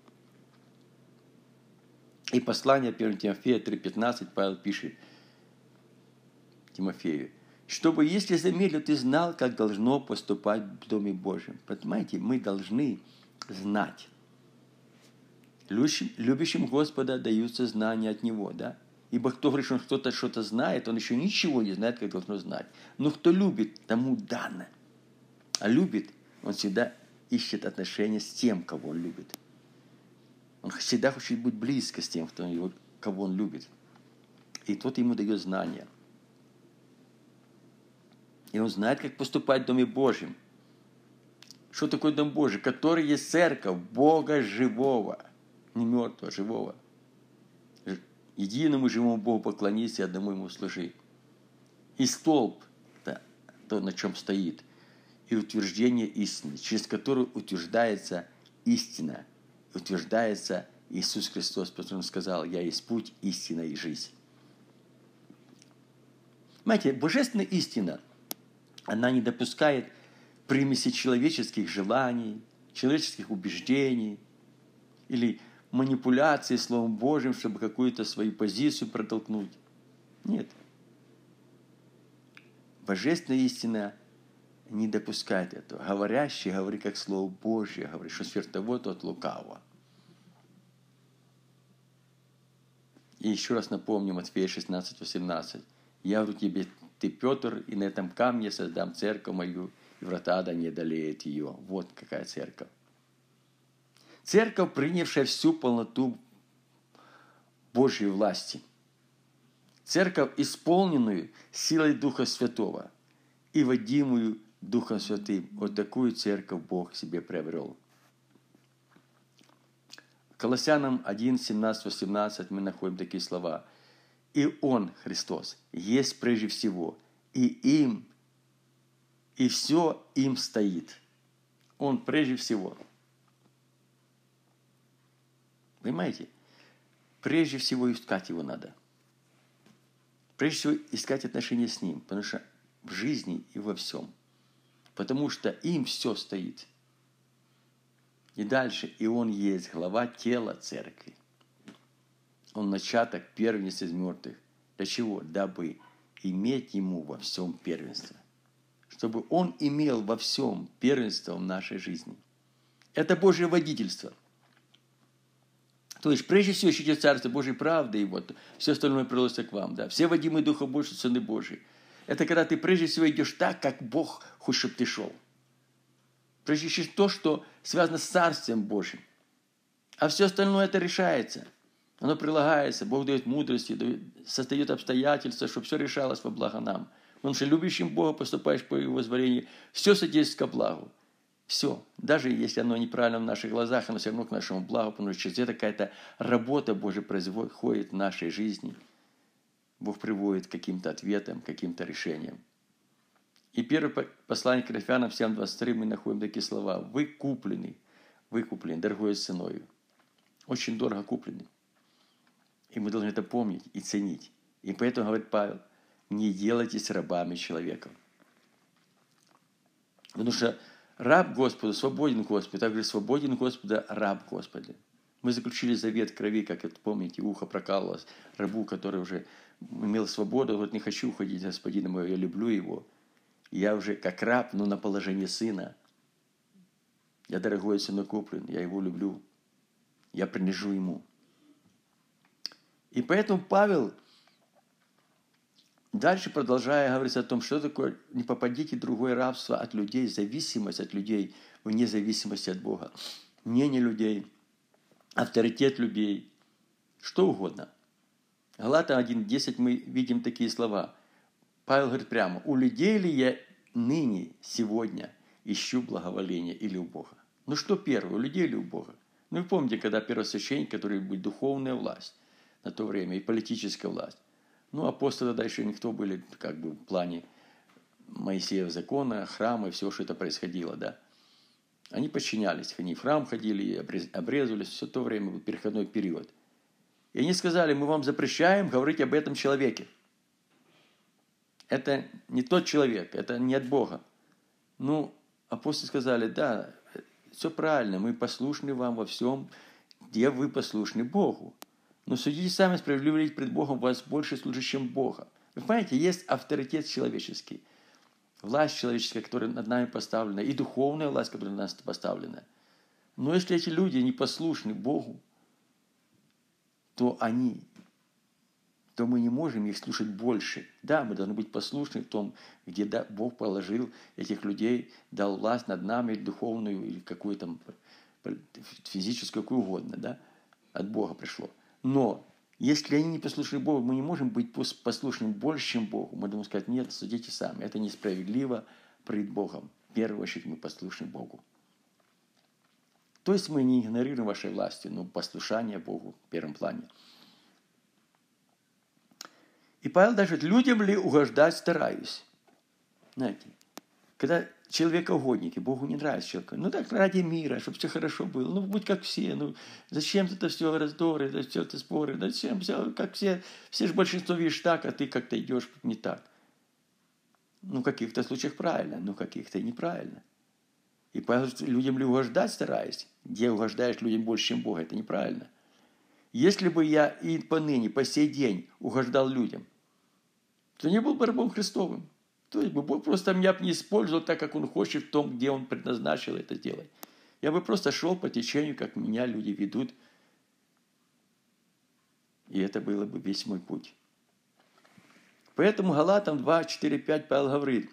И послание первое Тимофея три пятнадцать Павел пишет Тимофею: «Чтобы, если замедлил, ты знал, как должно поступать в Доме Божьем». Понимаете, мы должны знать. Любящим, любящим Господа даются знания от Него, да? Ибо кто говорит, что он кто-то что-то знает, он еще ничего не знает, как должно знать. Но кто любит, тому дано. А любит, он всегда ищет отношения с тем, кого он любит. Он всегда хочет быть близко с тем, кто его, кого он любит. И тот ему дает знания. И он знает, как поступать в Доме Божьем. Что такое Дом Божий? Который есть церковь Бога живого. Не мертвого, живого. Единому живому Богу поклонись и одному Ему служи. И столб, да, то, на чем стоит, и утверждение истины, через которую утверждается истина, утверждается Иисус Христос, потому что Он сказал: «Я есть путь, истина и жизнь». Понимаете, божественная истина, она не допускает примеси человеческих желаний, человеческих убеждений или манипуляции Словом Божьим, чтобы какую-то свою позицию протолкнуть. Нет. Божественная истина не допускает этого. Говорящий говорит как Слово Божье, говорит, что сверх того, то от лукавого. И еще раз напомню, Матфея шестнадцать восемнадцать. «Я говорю тебе, ты Петр, и на этом камне создам церковь мою, и врата ада не одолеют ее». Вот какая церковь. Церковь, принявшая всю полноту Божьей власти. Церковь, исполненную силой Духа Святого и водимую Духом Святым. Вот такую церковь Бог себе приобрел. Колоссянам один, семнадцать, восемнадцать мы находим такие слова. «И Он, Христос, есть прежде всего, и им, и все им стоит». Он прежде всего. Понимаете? Прежде всего искать Его надо. Прежде всего искать отношения с Ним, потому что в жизни и во всем. Потому что им все стоит. И дальше, и Он есть глава тела церкви. Он начаток, первенец из мертвых. Для чего? Дабы иметь Ему во всем первенство. Чтобы Он имел во всем первенство в нашей жизни. Это Божье водительство. То есть, прежде всего, ищите Царство Божьей правды, и вот все остальное прилось к вам. Да? Все водимые Духом Божьим, сыны Божьи. Это когда ты прежде всего идешь так, как Бог хочет, чтобы ты шел. Прежде ищешь то, что связано с Царствием Божьим. А все остальное это решается. Оно прилагается. Бог дает мудрости, дает, создает обстоятельства, чтобы все решалось во благо нам. Потому что любящим Бога поступаешь по Его возволению, все содействует ко благу. Все. Даже если оно неправильно в наших глазах, оно все равно к нашему благу, потому что через это какая-то работа Божья происходит в нашей жизни. Бог приводит к каким-то ответам, к каким-то решениям. И первое послание к Коринфянам семь двадцать три мы находим такие слова. Вы куплены, вы куплены, дорогой ценою. Очень дорого куплены. И мы должны это помнить и ценить. И поэтому, говорит Павел, не делайтесь рабами человека. Потому что раб Господу свободен Господу, так же свободен Господа раб Господа. Мы заключили завет крови, как это помните, ухо прокалывалось рабу, который уже имел свободу, вот не хочу уходить, господина моего, я люблю его. Я уже как раб, но на положении сына. Я дорогой сыну куплен, я его люблю. Я принадлежу ему. И поэтому Павел, дальше продолжая говорить о том, что такое не попадите в другое рабство от людей, зависимость от людей, вне зависимости от Бога. Мнение людей, авторитет людей, что угодно. Галатам один десять мы видим такие слова. Павел говорит прямо, у людей ли я ныне, сегодня ищу благоволения или у Бога? Ну что первое, у людей или у Бога? Ну вы помните, когда первосвященник, который будет духовная власть на то время и политическая власть. Ну апостолы тогда еще никто были как бы в плане Моисеева закона, храма и все, что это происходило, да. Они подчинялись, они в храм ходили, обрезывались, все то время был переходной период. И они сказали, мы вам запрещаем говорить об этом человеке. Это не тот человек, это не от Бога. Ну, апостолы сказали, да, все правильно, мы послушны вам во всем, где вы послушны Богу. Но судите сами, справедливо ли пред Богом вас больше служит, чем Бога. Вы понимаете, есть авторитет человеческий, власть человеческая, которая над нами поставлена, и духовная власть, которая над нас поставлена. Но если эти люди не послушны Богу, то они, то мы не можем их слушать больше. Да, мы должны быть послушны в том, где да, Бог положил этих людей, дал власть над нами, духовную, или какую-то физическую, какую угодно, да, от Бога пришло. Но если они не послушны Богу, мы не можем быть послушным больше, чем Богу. Мы должны сказать, нет, судите сами. Это несправедливо пред Богом. В первую очередь мы послушны Богу. То есть мы не игнорируем вашей власти, но послушание Богу в первом плане. И Павел даже, людям ли угождать стараюсь? Знаете, Когда человекоугодники, Богу не нравится человек. Ну так ради мира, чтобы все хорошо было. Ну будь как все. Ну зачем это все раздоры, зачем это споры, зачем все как все. Все же большинство видишь так, а ты как-то идешь не так. Ну в каких-то случаях правильно, но в каких-то и неправильно. И людям ли угождать стараюсь, где угождаешь людям больше, чем Бога, это неправильно. Если бы я и поныне, по сей день угождал людям, то не был бы рабом Христовым. То есть Бог просто меня бы не использовал так, как Он хочет, в том, где Он предназначил это делать. Я бы просто шел по течению, как меня люди ведут. И это было бы весь мой путь. Поэтому Галатам два, четыре, пять Павел говорит,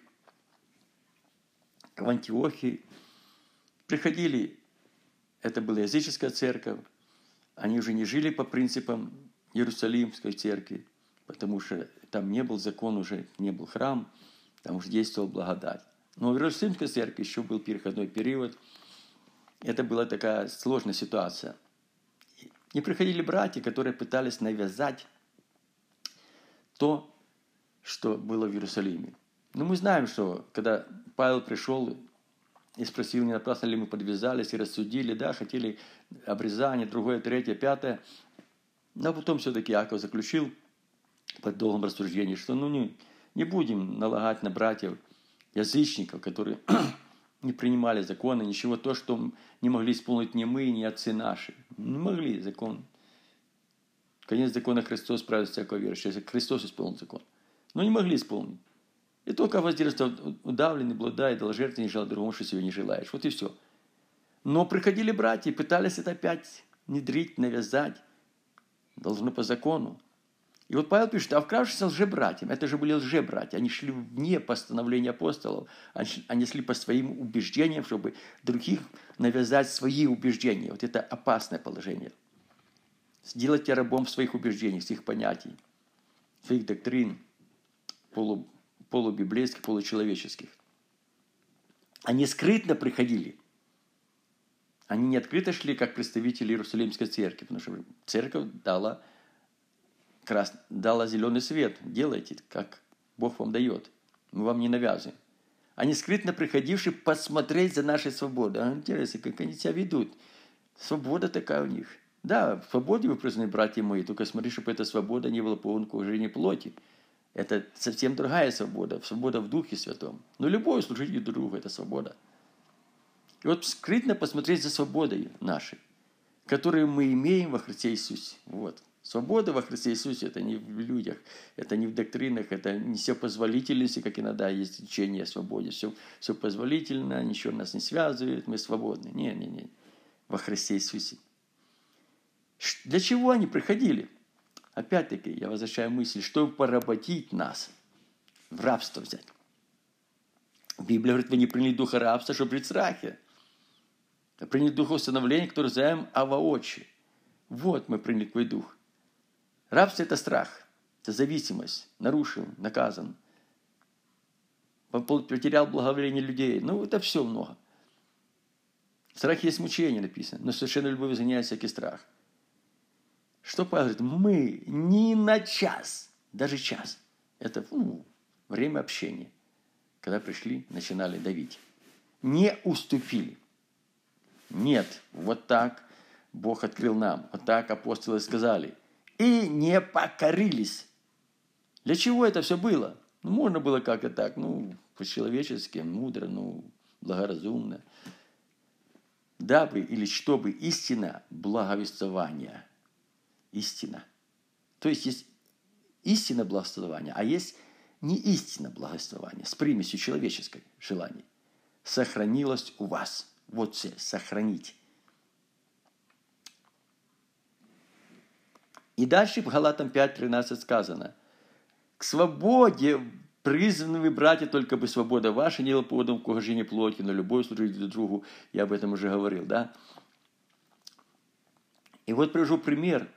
в Антиохии приходили, это была языческая церковь, они уже не жили по принципам Иерусалимской церкви, потому что там не был закон, уже не был храм, там уже действовала благодать. Но в Иерусалимской церкви еще был переходной период. Это была такая сложная ситуация. И приходили братья, которые пытались навязать то, что было в Иерусалиме. Но мы знаем, что когда Павел пришел и спросил, не напрасно ли мы подвязались и рассудили, да, хотели обрезание, другое, третье, пятое. Но потом все-таки Иаков заключил под долгом рассуждении, что ну не, не будем налагать на братьев язычников, которые не принимали законы, ничего, то, что не могли исполнить ни мы, ни отцы наши. Не могли закон. Конец закона Христос правит всякого верующего, если Христос исполнил закон. Но не могли исполнить. И только воздержаться удавленный, блуда и доложертвы не желал другому, что себе не желаешь. Вот и все. Но приходили братья и пытались это опять внедрить, навязать. Должно по закону. И вот Павел пишет, а вкравшись лжебратьям, это же были лжебратья, они шли вне постановления апостолов, они шли по своим убеждениям, чтобы других навязать свои убеждения. Вот это опасное положение. Сделать тебя рабом в своих убеждениях, своих понятий, своих доктрин, полу, полубиблейских, получеловеческих. Они скрытно приходили. Они не открыто шли, как представители Иерусалимской церкви, потому что церковь дала, крас... дала зеленый свет. Делайте, как Бог вам дает. Мы вам не навязываем. Они скрытно приходившие посмотреть за нашей свободой. А интересно, как они себя ведут. Свобода такая у них. Да, в свободе вы признаны, братья мои, только смотри, чтобы эта свобода не была по уничтожению плоти. Это совсем другая свобода, свобода в Духе Святом. Но любое служение друг другу – это свобода. И вот скрытно посмотреть за свободой нашей, которую мы имеем во Христе Иисусе. Вот. Свобода во Христе Иисусе – это не в людях, это не в доктринах, это не все позволительности, как иногда есть учение о свободе. Все, все позволительно, ничего нас не связывает, мы свободны. Не, не, не. Во Христе Иисусе. Для чего они приходили? Опять-таки, я возвращаю мысль, чтобы поработить нас, в рабство взять. Библия говорит, вы не приняли духа рабства, чтобы жить в страхе. А приняли дух установления, который называем авоочи. Вот мы приняли твой дух. Рабство – это страх, это зависимость. Нарушил, наказан. Потерял благоволение людей. Ну, это все много. В страхе есть мучение написано, но совершенно любовь изгоняет всякий страх. Что Павел говорит? Мы ни на час, даже час, это ну, время общения, когда пришли, начинали давить, не уступили. Нет, вот так Бог открыл нам, вот так апостолы сказали. И не покорились. Для чего это все было? Ну, можно было как-то так, ну, по-человечески, мудро, ну, благоразумно. Дабы или чтобы истина благовествования. Истина. То есть есть истина благословения, а есть не истина благословения с примесью человеческой желаний. Сохранилась у вас. Вот цель. Сохранить. И дальше в Галатам пять тринадцать сказано. К свободе призваны вы, братья, только бы свобода ваша не была поводом к угождению плоти, но любовь служить друг другу. Я об этом уже говорил, да? И вот привожу пример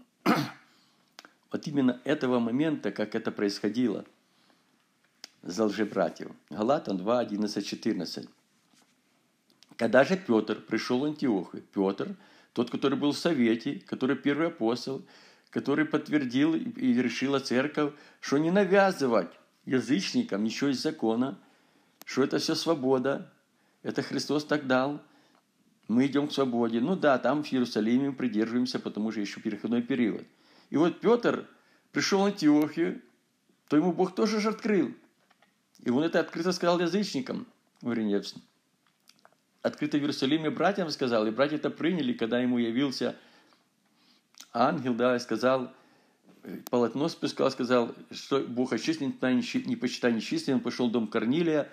вот именно этого момента, как это происходило за лжебратьев. Галатам два, одиннадцать, четырнадцать. Когда же Петр пришел в Антиохию, Петр, тот, который был в совете, который первый апостол, который подтвердил и решила церковь, что не навязывать язычникам ничего из закона, что это все свобода, это Христос так дал, мы идем к свободе. Ну да, там в Иерусалиме мы придерживаемся, потому что еще переходной период. И вот Петр пришел в Антиохию, то ему Бог тоже же открыл. И он это открыто сказал язычникам, вареневцам. Открыто в Иерусалиме братьям сказал, и братья это приняли, когда ему явился ангел, да, и сказал, полотно спускал, сказал, что Бог очистил, не почитай нечистым, он пошел в дом Корнилия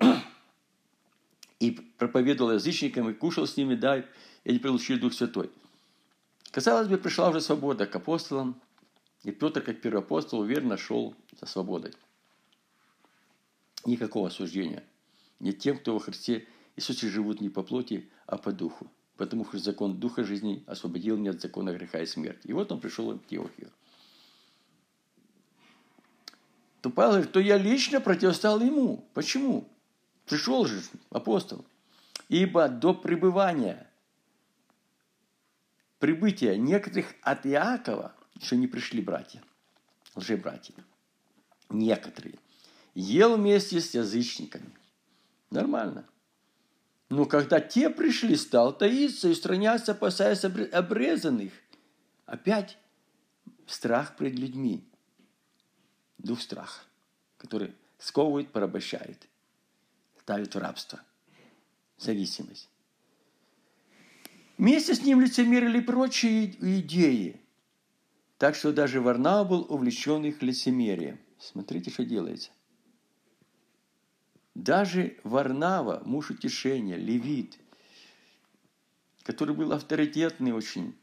и проповедовал язычникам, и кушал с ними, да, и они получили Дух Святой. Казалось бы, пришла уже свобода к апостолам, и Петр, как первый апостол, уверенно шел за свободой. Никакого осуждения. Не тем, кто во Христе Иисусе живут не по плоти, а по духу. Потому что закон Духа жизни освободил меня от закона греха и смерти. И вот он пришел в Антиохию. То Павел говорит, то я лично противостал ему. Почему? Пришел же апостол. Ибо до пребывания, прибытия некоторых от Иакова, еще не пришли братья, лжебратья, некоторые, ел вместе с язычниками. Нормально. Но когда те пришли, стал таиться и устраняться, опасаясь обрезанных. Опять страх пред людьми. Дух страха, который сковывает, порабощает, ставит в рабство, зависимость. Вместе с ним лицемерили прочие идеи. Так что даже Варнава был увлечен их лицемерием. Смотрите, что делается. Даже Варнава, муж утешения, левит, который был авторитетный очень,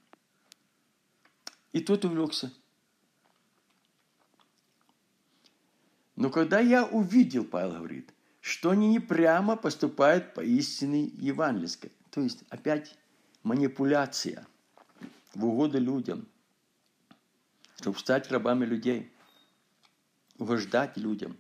и тот увлекся. Но когда я увидел, Павел говорит, что они не прямо поступают по истине евангельской, то есть опять манипуляция в угоду людям, чтобы стать рабами людей, угождать людям,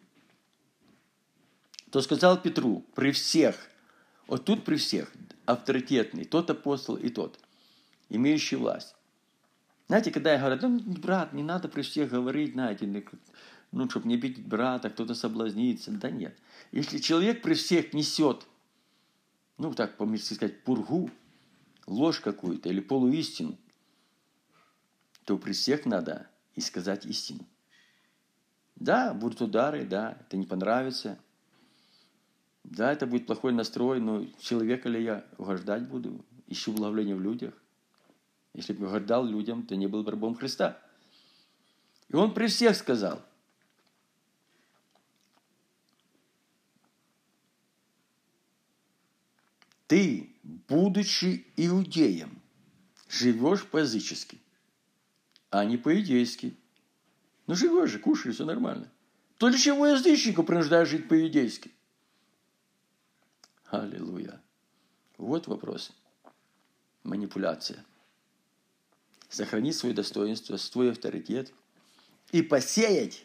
то сказал Петру, при всех, вот тут при всех, авторитетный, тот апостол и тот, имеющий власть. Знаете, когда я говорю, ну, брат, не надо при всех говорить, знаете, ну, чтобы не обидеть брата, кто-то соблазнится. Да нет. Если человек при всех несет, ну, так, по-мирски сказать, пургу, ложь какую-то или полуистину, то при всех надо и сказать истину. Да, будут удары, да, это не понравится. Да, это будет плохой настрой, но человека ли я угождать буду? Ищу благоволения в людях. Если бы угождал людям, то не был бы рабом Христа. И он при всех сказал, ты, будучи иудеем, живешь по-язычески, а не по-иудейски. Ну, живешь же, кушаешь, все нормально. То для чего язычнику принуждаешь жить по-иудейски? Аллилуйя. Вот вопрос. Манипуляция. Сохранить свое достоинство, свой авторитет и посеять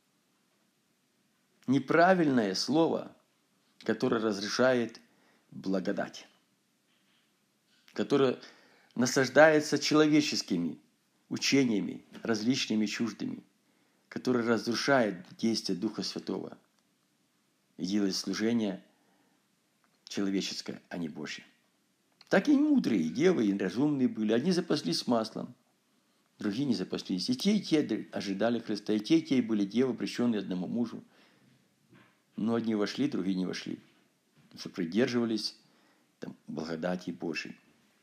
неправильное слово, которое разрешает благодать, которое насаждается человеческими учениями, различными чуждыми, которое разрушает действие Духа Святого и делает служение человеческое, а не Божье. Так и мудрые девы, и разумные были. Одни запаслись маслом, другие не запаслись. И те, и те ожидали Христа, и те, и те были девы, обреченные одному мужу. Но одни вошли, другие не вошли. Потому что придерживались там, благодати Божией.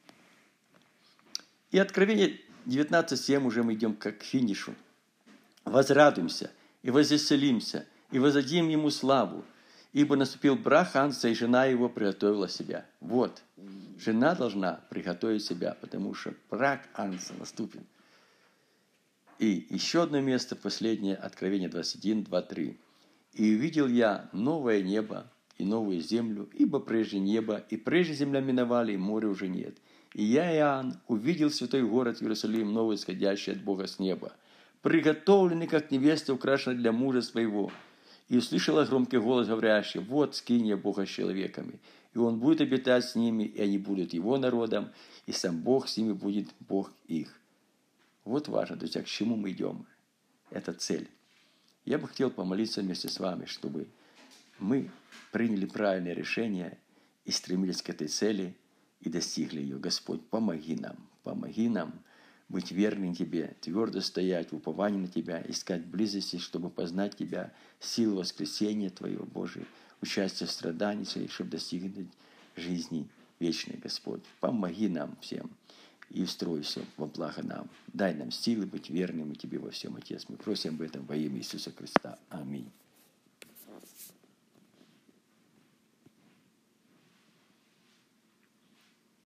И Откровение девятнадцать семь уже мы идем как к финишу. «Возрадуемся и возвеселимся, и воздадим ему славу, ибо наступил брак Анса, и жена его приготовила себя». Вот, жена должна приготовить себя, потому что брак Анса наступит. И еще одно место, последнее, Откровение двадцать один, два, три. «И увидел я новое небо и новую землю, ибо прежде небо и прежде земля миновали, и моря уже нет. И я, Иоанн, увидел святой город Иерусалим, новый, исходящий от Бога с неба, приготовленный, как невеста, украшенная для мужа своего. И услышала громкий голос, говорящий: вот скиния Бога с человеками, и он будет обитать с ними, и они будут его народом, и сам Бог с ними будет Бог их». Вот важно, друзья, к чему мы идем. Это цель. Я бы хотел помолиться вместе с вами, чтобы мы приняли правильное решение и стремились к этой цели и достигли ее. Господь, помоги нам, помоги нам быть верным Тебе, твердо стоять в уповании на Тебя, искать близости, чтобы познать Тебя, силу воскресения Твоего, Божие, участие в страдании своих, чтобы достигнуть жизни вечной, Господь. Помоги нам всем и устрой все во благо нам. Дай нам силы быть верными Тебе во всем, Отец. Мы просим об этом во имя Иисуса Христа. Аминь.